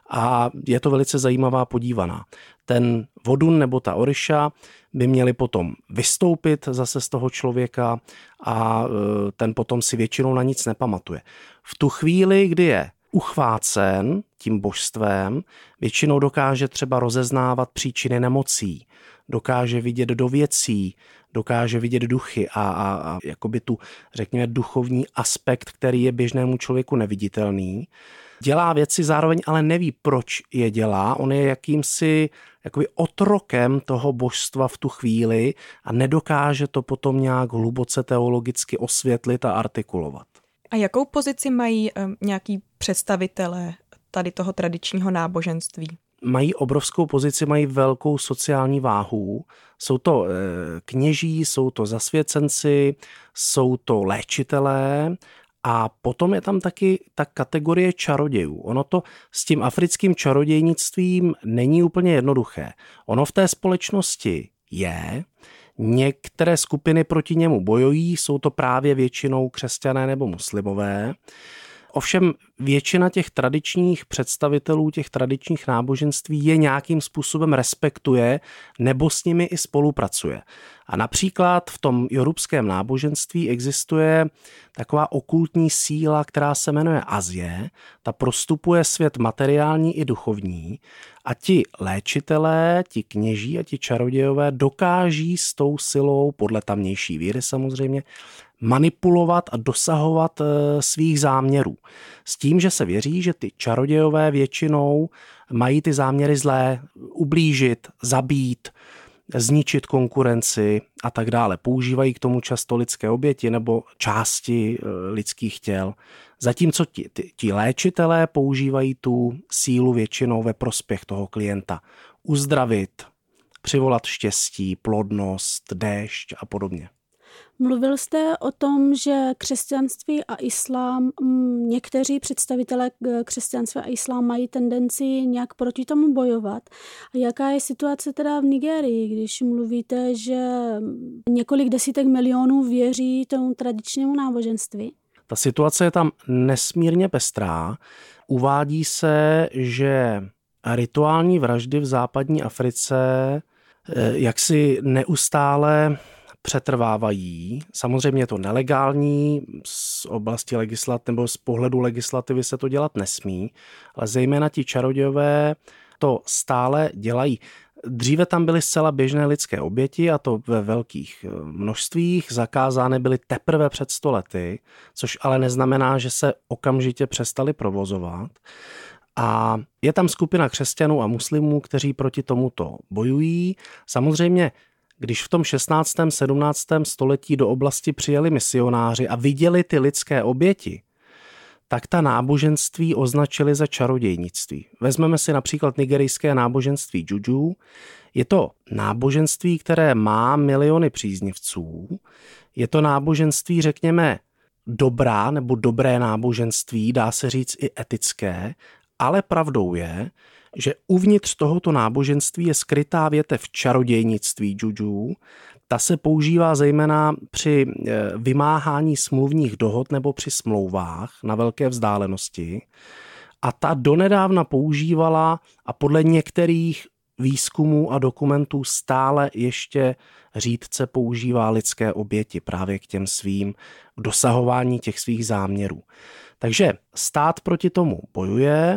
a je to velice zajímavá podívaná. Ten vodun nebo ta Oriša by měli potom vystoupit zase z toho člověka a ten potom si většinou na nic nepamatuje. V tu chvíli, kdy je uchvácen tím božstvem, většinou dokáže třeba rozeznávat příčiny nemocí, dokáže vidět do věcí, dokáže vidět duchy a, a, a jakoby tu, řekněme, duchovní aspekt, který je běžnému člověku neviditelný. Dělá věci, zároveň ale neví, proč je dělá. On je jakýmsi jakoby otrokem toho božstva v tu chvíli a nedokáže to potom nějak hluboce teologicky osvětlit a artikulovat. A jakou pozici mají um, nějaký představitelé tady toho tradičního náboženství? Mají obrovskou pozici, mají velkou sociální váhu. Jsou to e, kněží, jsou to zasvěcenci, jsou to léčitelé a potom je tam taky ta kategorie čarodějů. Ono to s tím africkým čarodějnictvím není úplně jednoduché. Ono v té společnosti je, některé skupiny proti němu bojují, jsou to právě většinou křesťané nebo muslimové. Ovšem většina těch tradičních představitelů, těch tradičních náboženství je nějakým způsobem respektuje nebo s nimi i spolupracuje. A například v tom jorubském náboženství existuje taková okultní síla, která se jmenuje Azie. Ta prostupuje svět materiální i duchovní a ti léčitelé, ti kněží a ti čarodějové dokáží s tou silou, podle tamnější víry samozřejmě, manipulovat a dosahovat svých záměrů. S tím, že se věří, že ty čarodějové většinou mají ty záměry zlé, ublížit, zabít, zničit konkurenci a tak dále. Používají k tomu často lidské oběti nebo části lidských těl. Zatímco ti, ti, ti léčitelé používají tu sílu většinou ve prospěch toho klienta. Uzdravit, přivolat štěstí, plodnost, déšť a podobně. Mluvil jste o tom, že křesťanství a islám, někteří představitelé křesťanství a islám mají tendenci nějak proti tomu bojovat. A jaká je situace teda v Nigérii, když mluvíte, že několik desítek milionů věří tomu tradičnímu náboženství? Ta situace je tam nesmírně pestrá. Uvádí se, že rituální vraždy v západní Africe jaksi neustále přetrvávají. Samozřejmě je to nelegální, z oblasti legislativy nebo z pohledu legislativy se to dělat nesmí, ale zejména ti čarodějové to stále dělají. Dříve tam byly zcela běžné lidské oběti a to ve velkých množstvích, zakázány byly teprve před sto lety, což ale neznamená, že se okamžitě přestali provozovat. A je tam skupina křesťanů a muslimů, kteří proti tomuto bojují. Samozřejmě když v tom šestnáctém sedmnáctém století do oblasti přijeli misionáři a viděli ty lidské oběti, tak ta náboženství označili za čarodějnictví. Vezmeme si například nigerijské náboženství Juju. Je to náboženství, které má miliony příznivců. Je to náboženství, řekněme, dobrá nebo dobré náboženství, dá se říct i etické, ale pravdou je, že uvnitř tohoto náboženství je skrytá větev čarodějnictví Juju. Ta se používá zejména při vymáhání smluvních dohod nebo při smlouvách na velké vzdálenosti. A ta donedávna používala a podle některých výzkumů a dokumentů stále ještě řídce používá lidské oběti právě k těm svým k dosahování těch svých záměrů. Takže stát proti tomu bojuje.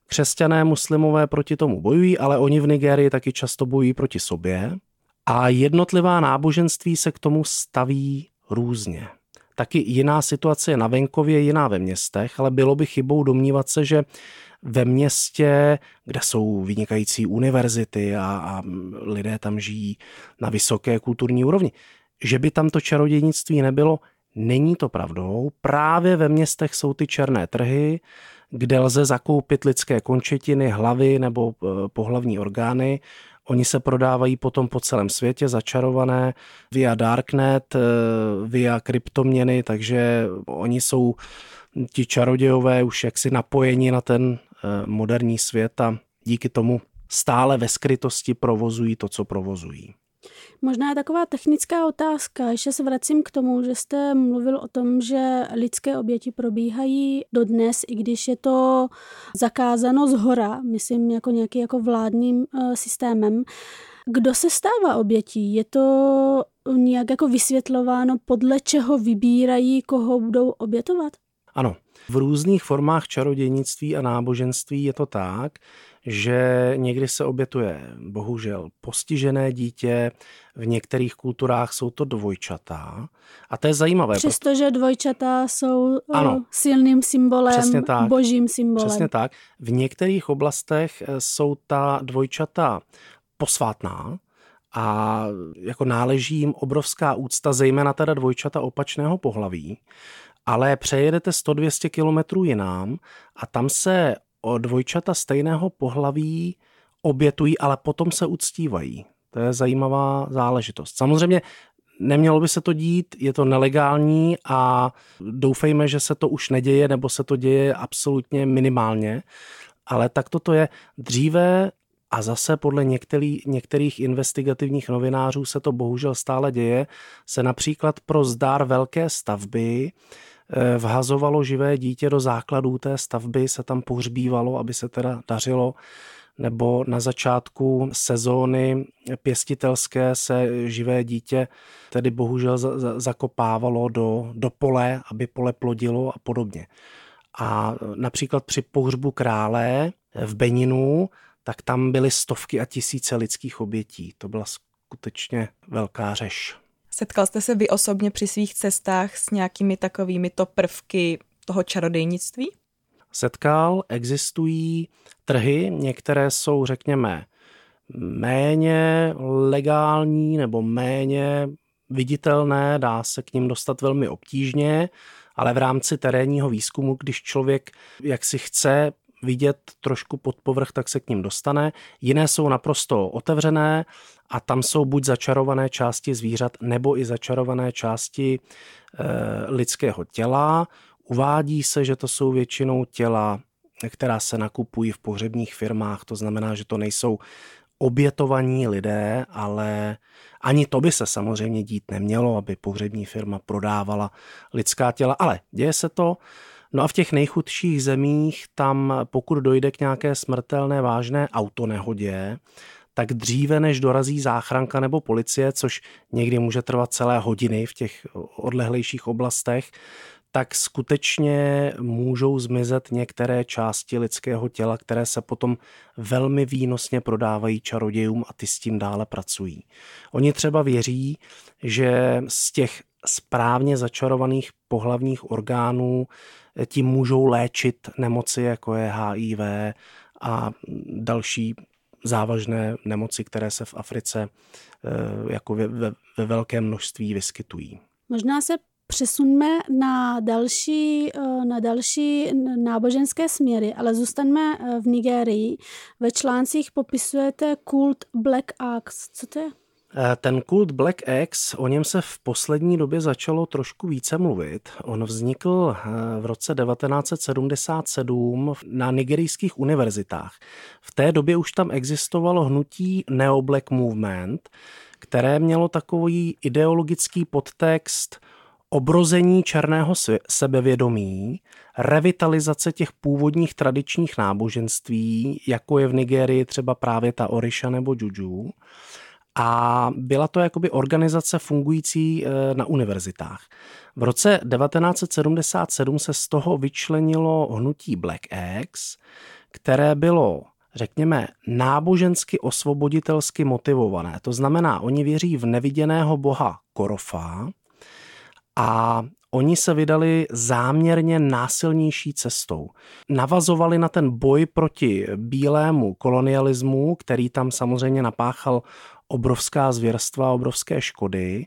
Křesťané, muslimové proti tomu bojují, ale oni v Nigérii taky často bojují proti sobě. A jednotlivá náboženství se k tomu staví různě. Taky jiná situace je na venkově, jiná ve městech, ale bylo by chybou domnívat se, že ve městě, kde jsou vynikající univerzity a, a lidé tam žijí na vysoké kulturní úrovni, že by tam to čarodějnictví nebylo, není to pravdou. Právě ve městech jsou ty černé trhy, kde lze zakoupit lidské končetiny, hlavy nebo pohlavní orgány. Oni se prodávají potom po celém světě, začarované via darknet, via kryptoměny, takže oni jsou ti čarodějové už jaksi napojeni na ten moderní svět a díky tomu stále ve skrytosti provozují to, co provozují. Možná je taková technická otázka, ještě se vracím k tomu, že jste mluvil o tom, že lidské oběti probíhají dodnes, i když je to zakázáno zhora, myslím jako nějaký jako vládním uh, systémem. Kdo se stává obětí? Je to nějak jako vysvětlováno, podle čeho vybírají, koho budou obětovat? Ano, v různých formách čarodějnictví a náboženství je to tak, že někdy se obětuje bohužel postižené dítě, v některých kulturách jsou to dvojčata a to je zajímavé. Přestože dvojčata jsou ano, silným symbolem, božím symbolem. Přesně tak. V některých oblastech jsou ta dvojčata posvátná a jako náleží jim obrovská úcta, zejména teda dvojčata opačného pohlaví, ale přejedete sto až dvě stě kilometrů jinam a tam se o dvojčata stejného pohlaví obětují, ale potom se uctívají. To je zajímavá záležitost. Samozřejmě nemělo by se to dít, je to nelegální a doufejme, že se to už neděje, nebo se to děje absolutně minimálně, ale tak toto je dříve a zase podle některý, některých investigativních novinářů se to bohužel stále děje, se například pro zdar velké stavby vhazovalo živé dítě do základů té stavby, se tam pohřbívalo, aby se teda dařilo, nebo na začátku sezóny pěstitelské se živé dítě tedy bohužel zakopávalo do, do pole, aby pole plodilo a podobně. A například při pohřbu krále v Beninu, tak tam byly stovky a tisíce lidských obětí. To byla skutečně velká řeš. Setkal jste se vy osobně při svých cestách s nějakými takovými to prvky toho čarodejnictví? Setkal, existují trhy, některé jsou, řekněme, méně legální nebo méně viditelné, dá se k ním dostat velmi obtížně, ale v rámci terénního výzkumu, když člověk jaksi chce vidět trošku pod povrch, tak se k ním dostane. Jiné jsou naprosto otevřené a tam jsou buď začarované části zvířat, nebo i začarované části e, lidského těla. Uvádí se, že to jsou většinou těla, která se nakupují v pohřebních firmách, to znamená, že to nejsou obětovaní lidé, ale ani to by se samozřejmě dít nemělo, aby pohřební firma prodávala lidská těla, ale děje se to. No a v těch nejchudších zemích tam, pokud dojde k nějaké smrtelné vážné autonehodě, tak dříve, než dorazí záchranka nebo policie, což někdy může trvat celé hodiny v těch odlehlejších oblastech, tak skutečně můžou zmizet některé části lidského těla, které se potom velmi výnosně prodávají čarodějům a ty s tím dále pracují. Oni třeba věří, že z těch správně začarovaných pohlavních orgánů tím můžou léčit nemoci, jako je H I V a další závažné nemoci, které se v Africe jako ve, ve, ve velkém množství vyskytují. Možná se přesuneme na další, na další náboženské směry, ale zůstaňme v Nigérii. Ve článcích popisujete kult Black Axe. Co to je? Ten kult Black Axe, o něm se v poslední době začalo trošku více mluvit. On vznikl v roce devatenáct set sedmdesát sedm na nigerijských univerzitách. V té době už tam existovalo hnutí Neo Black Movement, které mělo takový ideologický podtext obrození černého sebevědomí, revitalizace těch původních tradičních náboženství, jako je v Nigérii třeba právě ta Orisha nebo Juju. A byla to jakoby organizace fungující na univerzitách. V roce devatenáct set sedmdesát sedm se z toho vyčlenilo hnutí Black Axe, které bylo, řekněme, nábožensky osvoboditelsky motivované. To znamená, oni věří v neviděného boha Korofa a oni se vydali záměrně násilnější cestou. Navazovali na ten boj proti bílému kolonialismu, který tam samozřejmě napáchal obrovská zvěrstva, obrovské škody,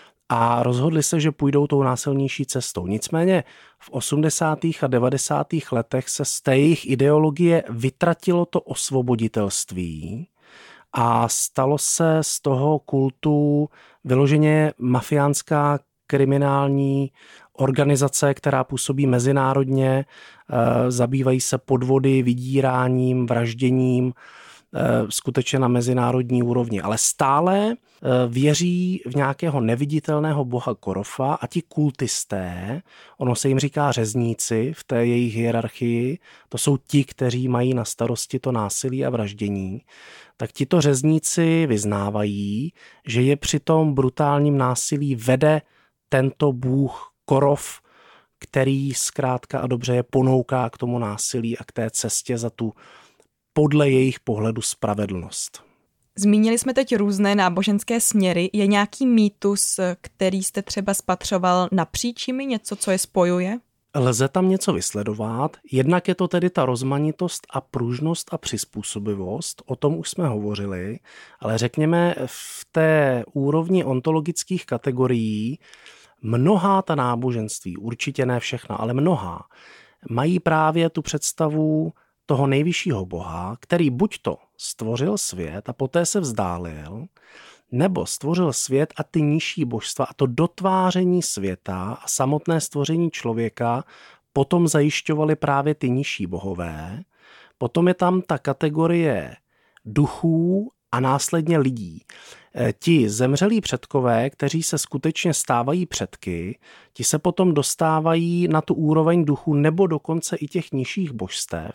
a rozhodli se, že půjdou tou násilnější cestou. Nicméně v osmdesátých a devadesátých letech se z té jejich ideologie vytratilo to osvoboditelství a stalo se z toho kultu vyloženě mafiánská kriminální organizace, která působí mezinárodně, zabývají se podvody, vydíráním, vražděním, skutečně na mezinárodní úrovni. Ale stále věří v nějakého neviditelného boha Korofa a ti kultisté, ono se jim říká řezníci v té jejich hierarchii, to jsou ti, kteří mají na starosti to násilí a vraždění, tak tito řezníci vyznávají, že je při tom brutálním násilí vede tento bůh Korof, který zkrátka a dobře je ponouká k tomu násilí a k té cestě za tu podle jejich pohledu spravedlnost. Zmínili jsme teď různé náboženské směry. Je nějaký mýtus, který jste třeba spatřoval napříč jimi, něco, co je spojuje? Lze tam něco vysledovat. Jednak je to tedy ta rozmanitost a pružnost a přizpůsobivost. O tom už jsme hovořili. Ale řekněme, v té úrovni ontologických kategorií mnohá ta náboženství, určitě ne všechna, ale mnohá, mají právě tu představu toho nejvyššího boha, který buď to stvořil svět a poté se vzdálil, nebo stvořil svět a ty nižší božstva a to dotváření světa a samotné stvoření člověka potom zajišťovali právě ty nižší bohové. Potom je tam ta kategorie duchů a následně lidí. Ti zemřelí předkové, kteří se skutečně stávají předky, ti se potom dostávají na tu úroveň duchu nebo dokonce i těch nižších božstev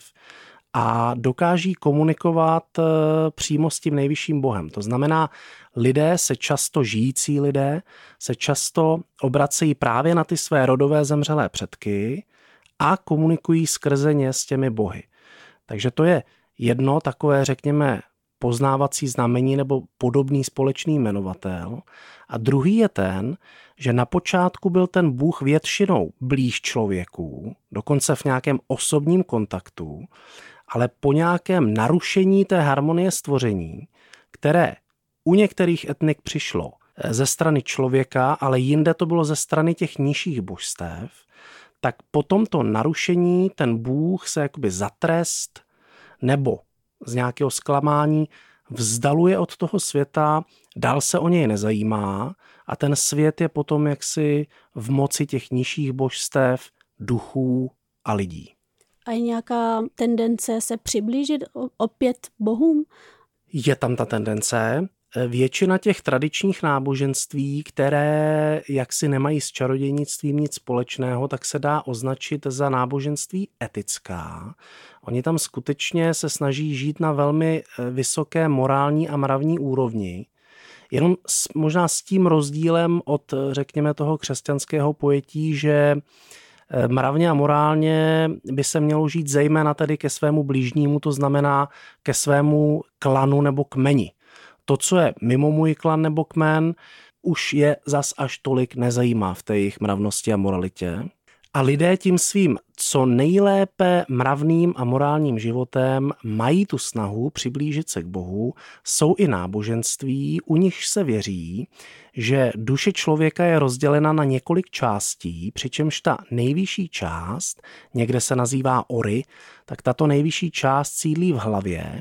a dokáží komunikovat přímo s tím nejvyšším bohem. To znamená, lidé se často, žijící lidé, se často obracejí právě na ty své rodové zemřelé předky a komunikují skrze ně s těmi bohy. Takže to je jedno takové, řekněme, poznávací znamení nebo podobný společný jmenovatel. A druhý je ten, že na počátku byl ten bůh většinou blíž člověku, dokonce v nějakém osobním kontaktu, ale po nějakém narušení té harmonie stvoření, které u některých etnik přišlo ze strany člověka, ale jinde to bylo ze strany těch nižších božstev, tak po tomto narušení ten bůh se jakoby za trest nebo z nějakého zklamání vzdaluje od toho světa, dál se o něj nezajímá a ten svět je potom jaksi v moci těch nižších božstev, duchů a lidí. A je nějaká tendence se přiblížit opět bohům? Je tam ta tendence. Většina těch tradičních náboženství, které jaksi nemají s čarodějnictvím nic společného, tak se dá označit za náboženství etická. Oni tam skutečně se snaží žít na velmi vysoké morální a mravní úrovni. Jenom s, možná s tím rozdílem od, řekněme, toho křesťanského pojetí, že mravně a morálně by se mělo žít zejména tedy ke svému blížnímu, to znamená ke svému klanu nebo kmeni. To, co je mimo můj klan nebo kmen, už je zas až tolik nezajímá v té jejich mravnosti a moralitě. A lidé tím svým co nejlépe mravným a morálním životem mají tu snahu přiblížit se k Bohu. Jsou i náboženství, u nichž se věří, že duše člověka je rozdělena na několik částí, přičemž ta nejvyšší část, někde se nazývá Ori, tak tato nejvyšší část sídlí v hlavě.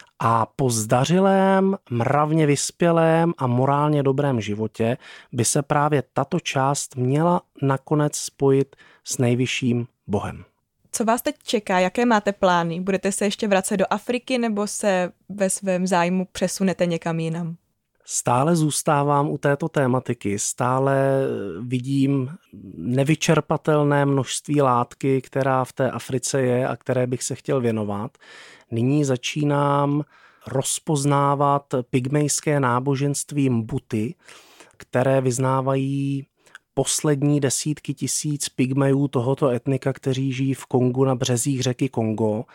A po zdařilém, mravně vyspělém a morálně dobrém životě by se právě tato část měla nakonec spojit s nejvyšším Bohem. Co vás teď čeká? Jaké máte plány? Budete se ještě vracet do Afriky nebo se ve svém zájmu přesunete někam jinam? Stále zůstávám u této tématiky, stále vidím nevyčerpatelné množství látky, která v té Africe je a které bych se chtěl věnovat. Nyní začínám rozpoznávat pygmejské náboženství Mbuti, které vyznávají poslední desítky tisíc pygmejů tohoto etnika, kteří žijí v Kongu na březích řeky Kongo.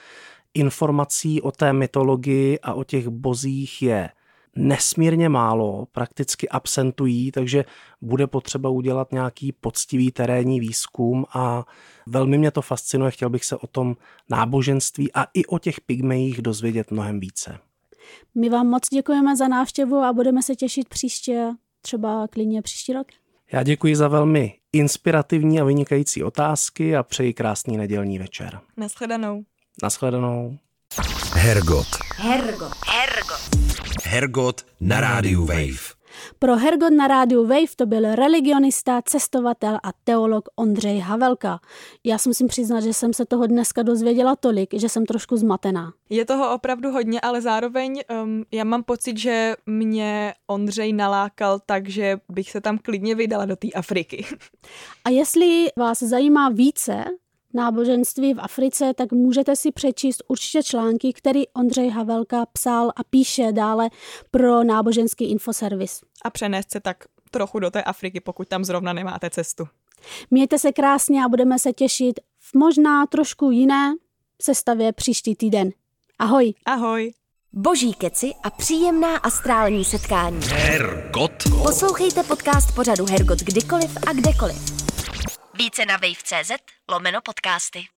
informací o té mytologii a o těch bozích je nesmírně málo, prakticky absentují, takže bude potřeba udělat nějaký poctivý terénní výzkum a velmi mě to fascinuje, chtěl bych se o tom náboženství a i o těch pygmejích dozvědět mnohem více. My vám moc děkujeme za návštěvu a budeme se těšit příště, třeba klidně příští rok. Já děkuji za velmi inspirativní a vynikající otázky a přeji krásný nedělní večer. Naschledanou. Naschledanou. Hergot. Hergot. Hergot. Hergot na rádiu Wave. Pro Hergot na rádiu Wave to byl religionista, cestovatel a teolog Ondřej Havelka. Já si musím přiznat, že jsem se toho dneska dozvěděla tolik, že jsem trošku zmatená. Je toho opravdu hodně, ale zároveň um, já mám pocit, že mě Ondřej nalákal, takže bych se tam klidně vydala do té Afriky. A jestli vás zajímá více náboženství v Africe, tak můžete si přečíst určitě články, který Ondřej Havelka psal a píše dále pro náboženský infoservis. A přenést se tak trochu do té Afriky, pokud tam zrovna nemáte cestu. Mějte se krásně a budeme se těšit v možná trošku jiné sestavě příští týden. Ahoj. Ahoj. Boží keci a příjemná astrální setkání. Hergot. Poslouchejte podcast pořadu Hergot kdykoliv a kdekoliv. Více na wave tečka cé zet lomeno podcasty.